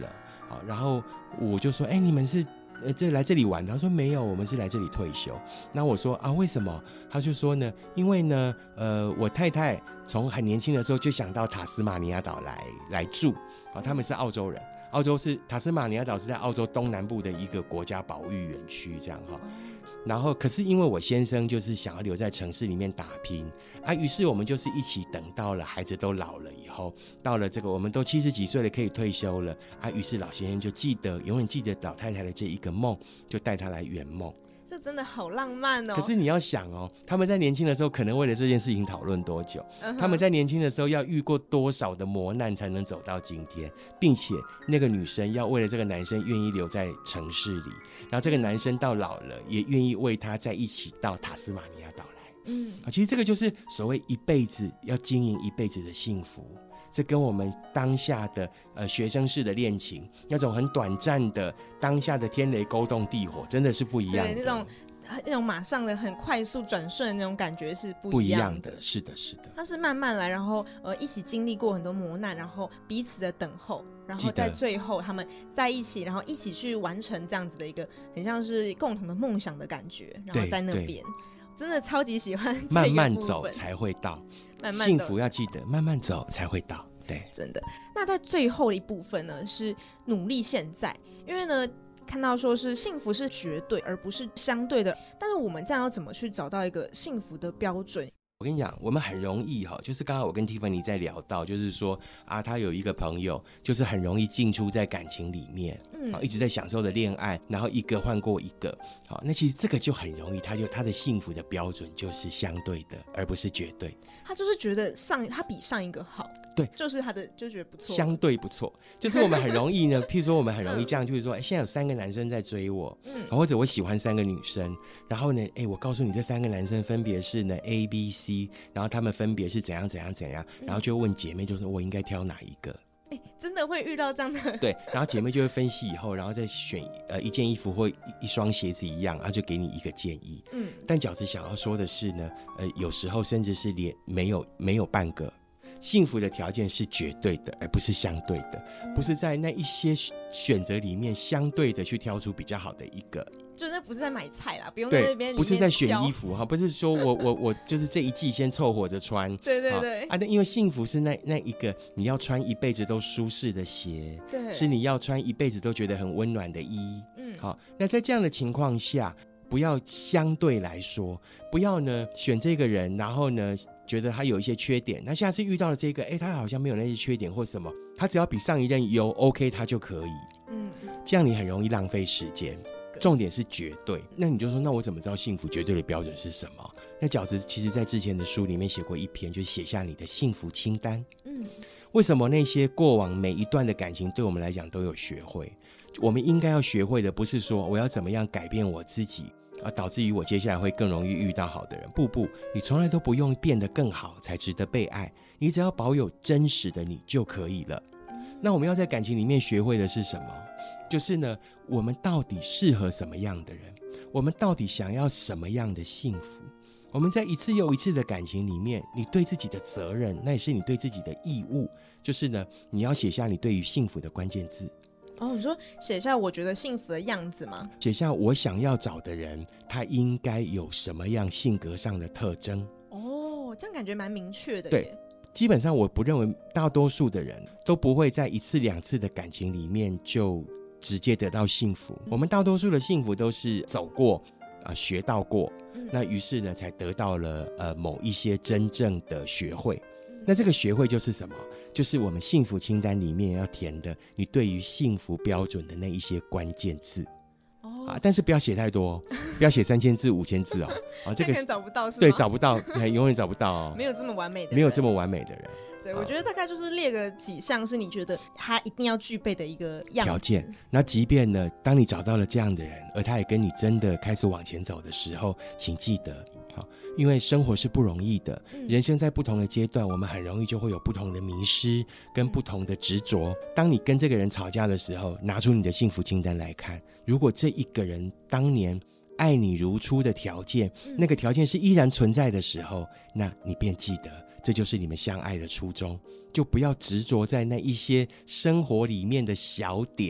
好，然后我就说你们是来这里玩的？他说没有，我们是来这里退休。那我说为什么？他就说呢，因为呢我太太从很年轻的时候就想到塔斯马尼亚岛来住，他们是澳洲人，塔斯马尼亚岛是在澳洲东南部的一个国家保育园区这样然后可是因为我先生就是想要留在城市里面打拼于是我们就是一起等到了孩子都老了以后，到了这个我们都70几岁了可以退休了于是老先生就永远记得老太太的这一个梦，就带她来圆梦。 这真的好浪漫哦。 可是你要想他们在年轻的时候可能为了这件事情讨论多久他们在年轻的时候要遇过多少的磨难才能走到今天，并且那个女生要为了这个男生愿意留在城市里，然后这个男生到老了也愿意为他在一起到塔斯马尼亚岛来其实这个就是所谓一辈子要经营一辈子的幸福。这跟我们当下的学生式的恋情，那种很短暂的当下的天雷勾动地火真的是不一样的。 对，那种马上的很快速转瞬的那种感觉是不一样的。 是的是的， 它是慢慢来，然后一起经历过很多磨难，然后彼此的等候，然后在最后他们在一起，然后一起去完成这样子的一个很像是共同的梦想的感觉，然后在那边真的超级喜欢这个部分。 慢慢走才会到，慢慢走，幸福要记得慢慢走才会到。对， 真的。那在最后的一部分呢，是努力现在，因为呢看到说是幸福是绝对而不是相对的，但是我们这样要怎么去找到一个幸福的标准？ 我跟你讲，我们很容易就是刚刚我跟 Tiffany 在聊到，就是说他有一个朋友就是很容易进出在感情里面一直在享受的恋爱，然后一个换过一个那其实这个就很容易，他的幸福的标准就是相对的而不是绝对， 他就是觉得他比上一个好， 对， 就是他的就觉得不错， 相对不错。就是我们很容易呢譬如说我们很容易这样，就是说现在有3个男生在追我或者我喜欢3个女生，然后呢我告诉你这3个男生分别是呢 A B C， 然后他们分别是怎样怎样怎样，然后就问姐妹，就是我应该挑哪一个真的会遇到这样的。 对，然后姐妹就会分析以后，然后再选一件衣服或一双鞋子一样，然后就给你一个建议但饺子想要说的是呢有时候甚至是连没有半个。幸福的条件是绝对的而不是相对的，不是在那一些选择里面相对的去挑出比较好的一个， 就是那不是在买菜啦，不用在那边不是在选衣服不是说我就是这一季先凑合着穿对对对但因为幸福是那一个你要穿一辈子都舒适的鞋， 对， 是你要穿一辈子都觉得很温暖的衣好，那在这样的情况下不要相对来说，不要呢选这个人，然后呢觉得他有一些缺点，那下次遇到了这个他好像没有那些缺点或什么，他只要比上一任优 OK 他就可以这样你很容易浪费时间。重点是绝对，那你就说那我怎么知道幸福绝对的标准是什么？那饺子其实在之前的书里面写过一篇，就写下你的幸福清单为什么那些过往每一段的感情对我们来讲都有学会？我们应该要学会的不是说我要怎么样改变我自己导致于我接下来会更容易遇到好的人，不，你从来都不用变得更好才值得被爱，你只要保有真实的你就可以了那我们要在感情里面学会的是什么？就是呢我们到底适合什么样的人，我们到底想要什么样的幸福，我们在一次又一次的感情里面，你对自己的责任，那也是你对自己的义务，就是呢你要写下你对于幸福的关键字你说写下我觉得幸福的样子吗？ 写下我想要找的人他应该有什么样性格上的特征这样感觉蛮明确的耶。 对，基本上我不认为大多数的人都不会在1次2次的感情里面就直接得到幸福我们大多数的幸福都是走过学到过那于是呢才得到了某一些真正的学会那这个学会就是什么？就是我们幸福清单里面要填的你对于幸福标准的那一些关键字但是不要写太多不要写3000字5000字这个找不到是吗？ 对，找不到永远找不到没有这么完美的人， 没有这么完美的人。 对，我觉得大概就是列个几项是你觉得他一定要具备的一个样子条件。那即便呢当你找到了这样的人，而他也跟你真的开始往前走的时候，请记得因为生活是不容易的人生在不同的阶段，我们很容易就会有不同的迷失跟不同的执着当你跟这个人吵架的时候，拿出你的幸福清单来看，如果这一个人当年爱你如初的条件那个条件是依然存在的时候，那你便记得这就是你们相爱的初衷，就不要执着在那一些生活里面的小点，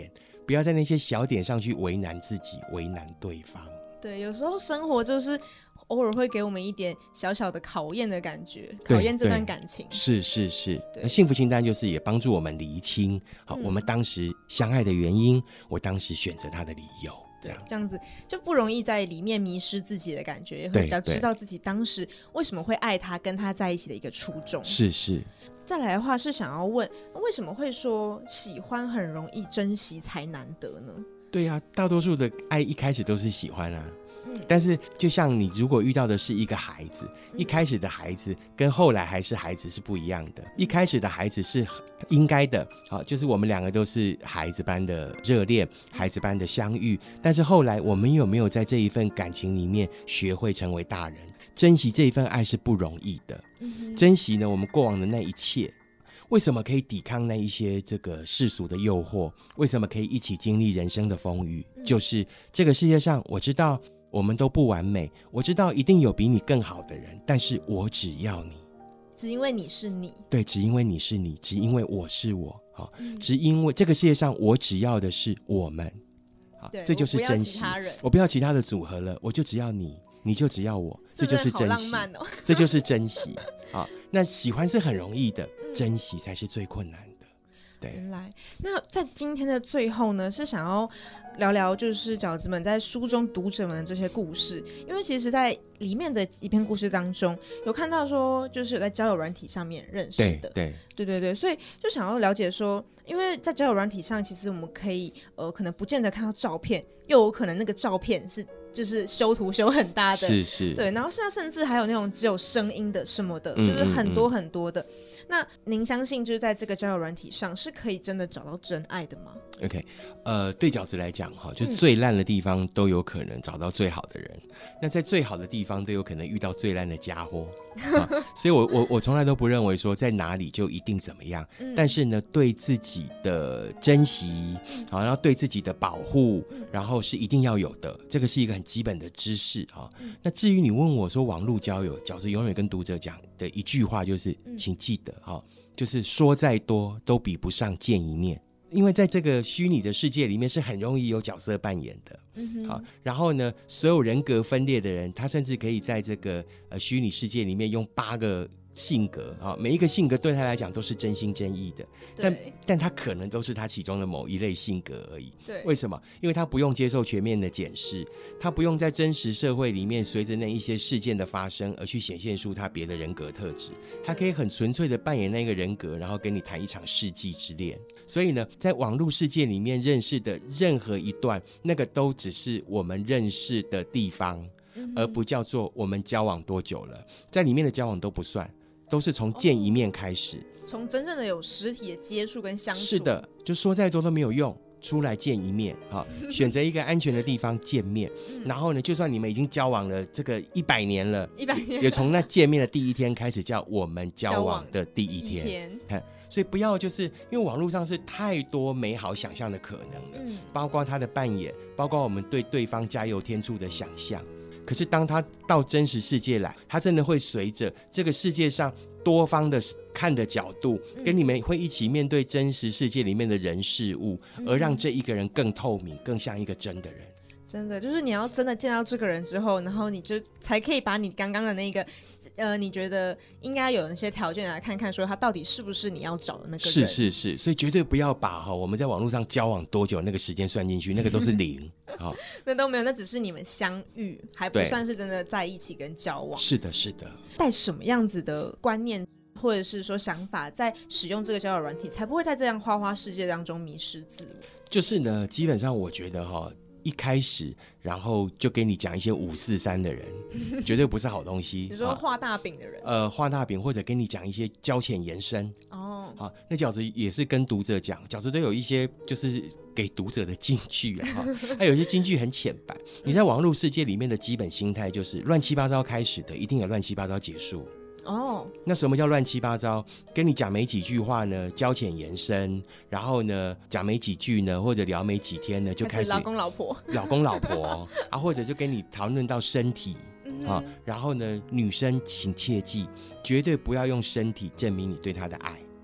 不要在那些小点上去为难自己，为难对方。 对，有时候生活就是偶尔会给我们一点小小的考验的感觉，考验这段感情。 是。那幸福清单就是也帮助我们厘清，好，我们当时相爱的原因，我当时选择他的理由。这样子就不容易在里面迷失自己的感觉，也会比较知道自己当时为什么会爱他，跟他在一起的一个初衷。 是。 再来的话是想要问，为什么会说喜欢很容易，珍惜才难得呢？ 对啊，大多数的爱一开始都是喜欢啊。但是就像你如果遇到的是一个孩子，一开始的孩子跟后来还是孩子是不一样的。一开始的孩子是应该的，就是我们两个都是孩子般的热恋，孩子般的相遇，但是后来我们有没有在这一份感情里面学会成为大人，珍惜这一份爱是不容易的。珍惜呢我们过往的那一切，为什么可以抵抗那一些这个世俗的诱惑，为什么可以一起经历人生的风雨，就是这个世界上我知道我们都不完美，我知道一定有比你更好的人，但是我只要你， 只因为你是你。 对，只因为你是你，只因为我是我，只因为这个世界上我只要的是我们，这就是珍惜。我不要其他的组合了，我就只要你，你就只要我，这就是珍惜。好浪漫哦，这就是珍惜。那喜欢是很容易的，珍惜才是最困难的。对， 原来那在今天的最后呢，是想要聊聊就是饺子们在书中读者们的这些故事，因为其实在里面的一篇故事当中有看到说就是有在交友软体上面认识的。对，所以就想要了解说，因为在交友软体上其实我们可以可能不见得看到照片，又有可能那个照片是就是修图修很大的， 是对，然后现在甚至还有那种只有声音的什么的，就是很多很多的。那您相信就是在这个交友软体上是可以真的找到真爱的吗？ OK， 对饺子来讲就最烂的地方都有可能找到最好的人，那在最好的地方都有可能遇到最烂的家伙所以我从来都不认为说在哪里就一定怎么样，但是呢对自己的珍惜然后对自己的保护然后是一定要有的，这个是一个很基本的知识那至于你问我说网络交友，饺子永远跟读者讲的一句话就是请记得就是说再多都比不上见一面，因为在这个虚拟的世界里面是很容易有角色扮演的然后呢所有人格分裂的人，他甚至可以在这个虚拟世界里面用8个性格每一个性格对他来讲都是真心真意的，但他可能都是他其中的某一类性格而已。 对， 为什么？因为他不用接受全面的检视，他不用在真实社会里面随着那一些事件的发生而去显现出他别的人格特质，他可以很纯粹的扮演那个人格，然后跟你谈一场世纪之恋。所以呢在网络世界里面认识的任何一段，那个都只是我们认识的地方，而不叫做我们交往多久了，在里面的交往都不算，都是从见一面开始， 从真正的有实体的接触跟相处。 是的，就说再多都没有用，出来见一面选择一个安全的地方见面然后呢就算你们已经交往了这个100年了也从那见面的第一天开始叫我们交往的第一天所以不要就是因为网络上是太多美好想象的可能了包括他的扮演，包括我们对对方加油添醋的想象，可是当他到真实世界来，他真的会随着这个世界上多方的看的角度跟你们会一起面对真实世界里面的人事物而让这一个人更透明，更像一个真的人。 真的就是你要真的见到这个人之后，然后你就才可以把你刚刚的那个你觉得应该有那些条件来看看说他到底是不是你要找的那个人。 是，所以绝对不要把我们在网络上交往多久那个时间算进去，那个都是0 那都没有，那只是你们相遇，还不算是真的在一起跟交往。 是的带什么样子的观念或者是说想法在使用这个交友软体，才不会在这样花花世界当中迷失自我？ 就是呢基本上我觉得一开始然后就给你讲一些543的人绝对不是好东西你说画大饼的人画大饼或者跟你讲一些交浅言深那饺子也是跟读者讲，饺子都有一些就是给读者的金句还有一些金句很浅白你在网络世界里面的基本心态就是乱七八糟开始的一定有乱七八糟结束那什么叫乱七八糟？跟你讲没几句话呢交浅言深，然后呢讲没几句呢或者聊没几天呢就开始老公老婆或者就跟你讨论到身体然后呢女生请切记绝对不要用身体证明你对她的爱，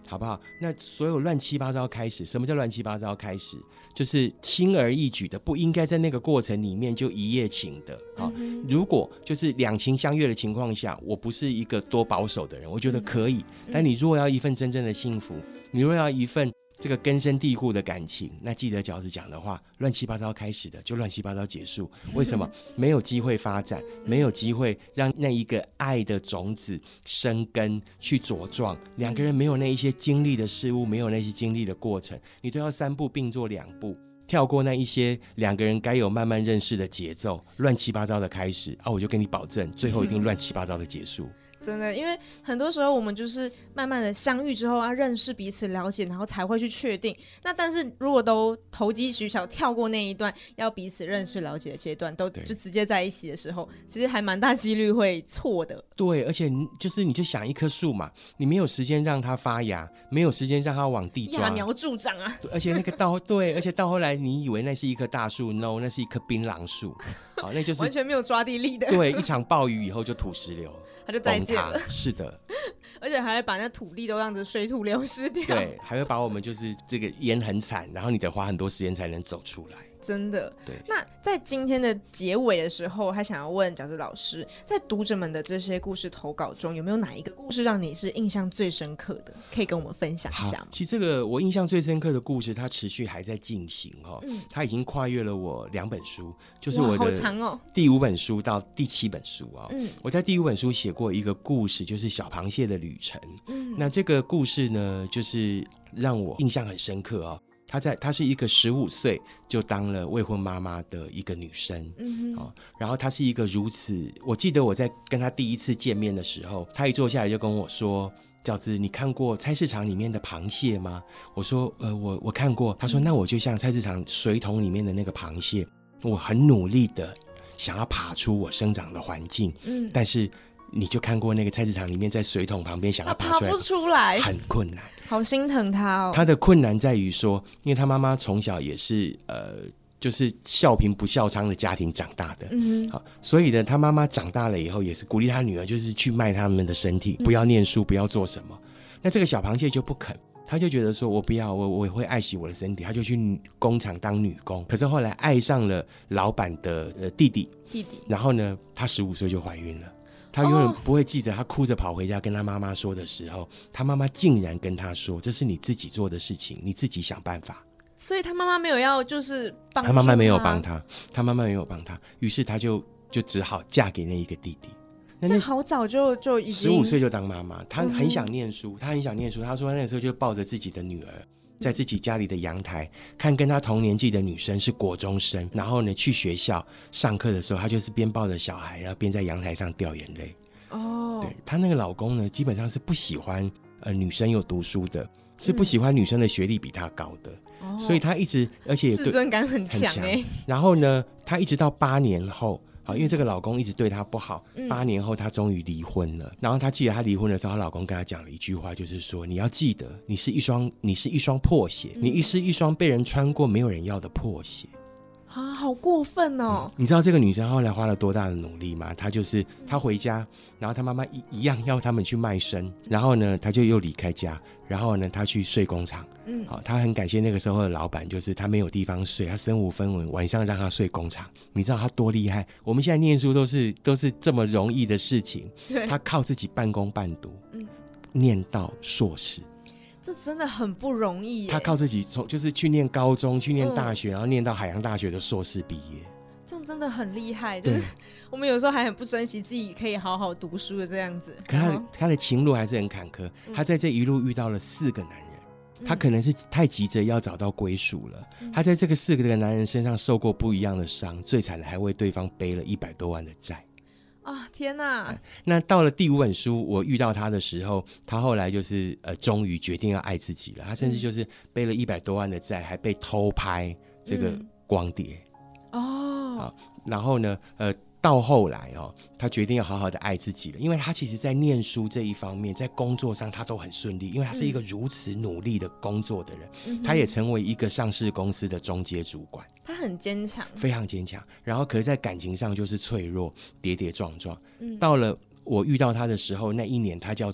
好不好？那所有乱七八糟开始，什么叫乱七八糟开始？就是轻而易举的，不应该在那个过程里面就一夜情的。好，如果就是两情相悦的情况下，我不是一个多保守的人，我觉得可以。但你若要一份真正的幸福，你若要一份这个根深蒂固的感情，那记得饺子讲的话，乱七八糟开始的就乱七八糟结束。为什么？没有机会发展，没有机会让那一个爱的种子生根去茁壮，两个人没有那一些经历的事物，没有那些经历的过程，你都要3步并作2步，跳过那一些两个人该有慢慢认识的节奏，乱七八糟的开始啊，我就跟你保证，最后一定乱七八糟的结束。 真的，因为很多时候我们就是慢慢的相遇之后要认识彼此了解，然后才会去确定。那但是如果都投机取巧跳过那一段要彼此认识了解的阶段，都就直接在一起的时候，其实还蛮大几率会错的。 对，而且你就想一棵树嘛，你没有时间让它发芽，没有时间让它往地抓， 揠苗助长啊。 而且那个对，而且到后来你以为那是一棵大树 ，no， 那是一棵槟榔树，好，那就是完全没有抓地力的。 对，一场暴雨以后就土石流。 他就再见了， 是的， 而且还会把那土地都让着水土流失掉， 对，还会把我们就是这个淹很惨，然后你得花很多时间才能走出来。 真的， 对。 那在今天的结尾的时候，还想要问饺子老师，在读者们的这些故事投稿中，有没有哪一个故事让你是印象最深刻的？可以跟我们分享一下吗？ 其实这个我印象最深刻的故事，它持续还在进行哦，它已经跨越了我2本书，就是我的第5本书到第7本书啊。我在第5本书写过一个故事，就是小螃蟹的旅程。那这个故事呢，就是让我印象很深刻哦。她是一个15岁就当了未婚妈妈的一个女生，然后她是一个如此，我记得我在跟她第一次见面的时候，她一坐下来就跟我说：“饺子，你看过菜市场里面的螃蟹吗？”我说：“我看过。”她说：“那我就像菜市场水桶里面的那个螃蟹，我很努力的想要爬出我生长的环境，但是你就看过那个菜市场里面在水桶旁边想要爬出来很困难。” 好心疼他哦。 他的困难在于说，因为他妈妈从小也是就是孝贫不孝娼的家庭长大的，好，所以呢，他妈妈长大了以后也是鼓励他女儿，就是去卖他们的身体，不要念书，不要做什么。那这个小螃蟹就不肯，他就觉得说我不要，我会爱惜我的身体，他就去工厂当女工。可是后来爱上了老板的弟弟，然后呢，他15岁就怀孕了。他永远不会记得，他哭着跑回家跟他妈妈说的时候，他妈妈竟然跟他说：“这是你自己做的事情，你自己想办法。” 所以他妈妈没有要就是帮助他， 他妈妈没有帮他，他妈妈没有帮他，于是他就只好嫁给那一个弟弟。 那好早就已经 15岁就当妈妈，他很想念书，他说那个时候就抱着自己的女儿。在自己家里的阳台看跟他同年纪的女生是国中生，然后呢去学校上课的时候，他就是边抱着小孩，然后边在阳台上掉眼泪。对，他那个老公呢，基本上是不喜欢女生有读书的，是不喜欢女生的学历比他高的，所以他一直而且自尊感很强然后呢，他一直到8年后。因为这个老公一直对她不好，8年后她终于离婚了。然后她记得她离婚的时候，她老公跟她讲了一句话，就是说你要记得，你是一双破鞋，你是一双被人穿过没有人要的破鞋。 啊，好过分哦！ 你知道这个女生后来花了多大的努力吗？她回家，然后她妈妈一样要他们去卖身，然后呢，她就又离开家，然后呢，她去睡工厂。好，她很感谢那个时候的老板，就是她没有地方睡，她身无分文，晚上让她睡工厂。你知道她多厉害？我们现在念书都是这么容易的事情，她靠自己半工半读，念到硕士。 这真的很不容易耶。 他靠自己就是去念高中，去念大学，然后念到海洋大学的硕士毕业， 这样真的很厉害。就是我们有时候还很不珍惜自己可以好好读书的这样子。 可他的情路还是很坎坷，他在这一路遇到了4个男人，他可能是太急着要找到归属了，他在这个4个男人身上受过不一样的伤，最惨的还为对方背了100多万的债。 天哪！ 那到了第5本书，我遇到他的时候，他后来就是终于决定要爱自己了。他甚至就是背了100多万的债，还被偷拍这个光碟。然后呢，到后来他决定要好好的爱自己了，因为他其实在念书这一方面，在工作上他都很顺利，因为他是一个如此努力的工作的人，他也成为一个上市公司的中阶主管。 他很坚强， 非常坚强，然后可是在感情上就是脆弱，跌跌撞撞。到了我遇到他的时候，那1年他叫做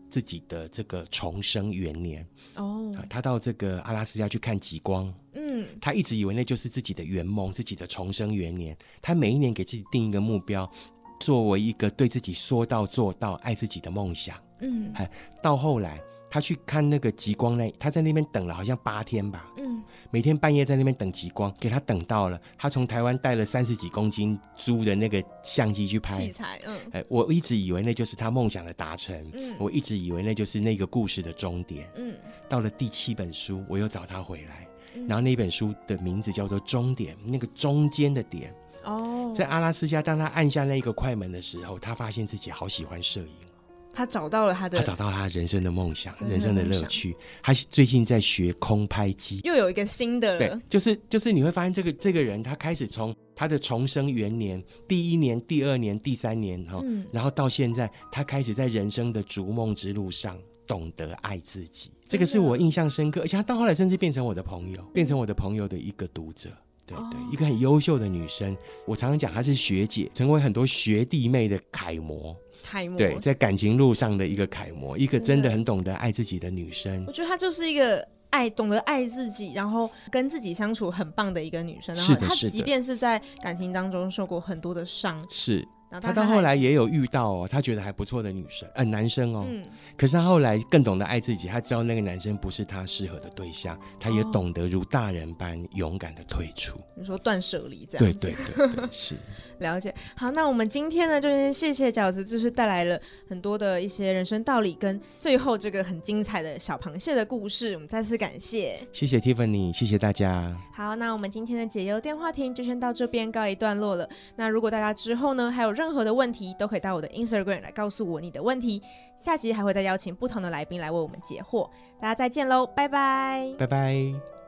自己的这个重生元年。他到这个阿拉斯加去看极光，他一直以为那就是自己的圆梦，自己的重生元年。他每一年给自己定一个目标，作为一个对自己说到做到爱自己的梦想。到后来他去看那个极光，他在那边等了好像8天吧，每天半夜在那边等极光，给他等到了。他从台湾带了30几公斤租的那个相机去拍器材。 我一直以为那就是他梦想的达成，我一直以为那就是那个故事的终点。到了第7本书，我又找他回来，然后那本书的名字叫做终点，那个中间的点。在阿拉斯加，当他按下那个快门的时候，他发现自己好喜欢摄影。 他找到了他人生的梦想，人生的乐趣。他最近在学空拍机， 又有一个新的了。 对，就是你会发现这个人，他开始从他的重生元年，第1年、第2年、第3年，然后到现在，他开始在人生的逐梦之路上懂得爱自己。这个是我印象深刻，而且他到后来甚至变成我的朋友，变成我的朋友的一个读者。对，一个很优秀的女生。我常常讲她是学姐，成为很多学弟妹的楷模。对，在感情路上的一个楷模，一个真的很懂得爱自己的女生。 我觉得她就是一个懂得爱自己，然后跟自己相处很棒的一个女生。然后她即便是在感情当中受过很多的伤， 是他到后来也有遇到他觉得还不错的男生可是他后来更懂得爱自己，他知道那个男生不是他适合的对象，他也懂得如大人般勇敢的退出。 你说断舍离这样子。 对，是了解。好，那我们今天呢，就是谢谢饺子，就是带来了很多的一些人生道理，跟最后这个很精彩的小螃蟹的故事，我们再次感谢。 谢谢 Tiffany， 谢谢大家。 好，那我们今天的解忧电话亭就先到这边告一段落了。那如果大家之后呢还有任何的问题，都可以到我的 Instagram 来告诉我你的问题，下集还会再邀请不同的来宾来为我们解惑。大家再见喽，拜拜， 拜拜。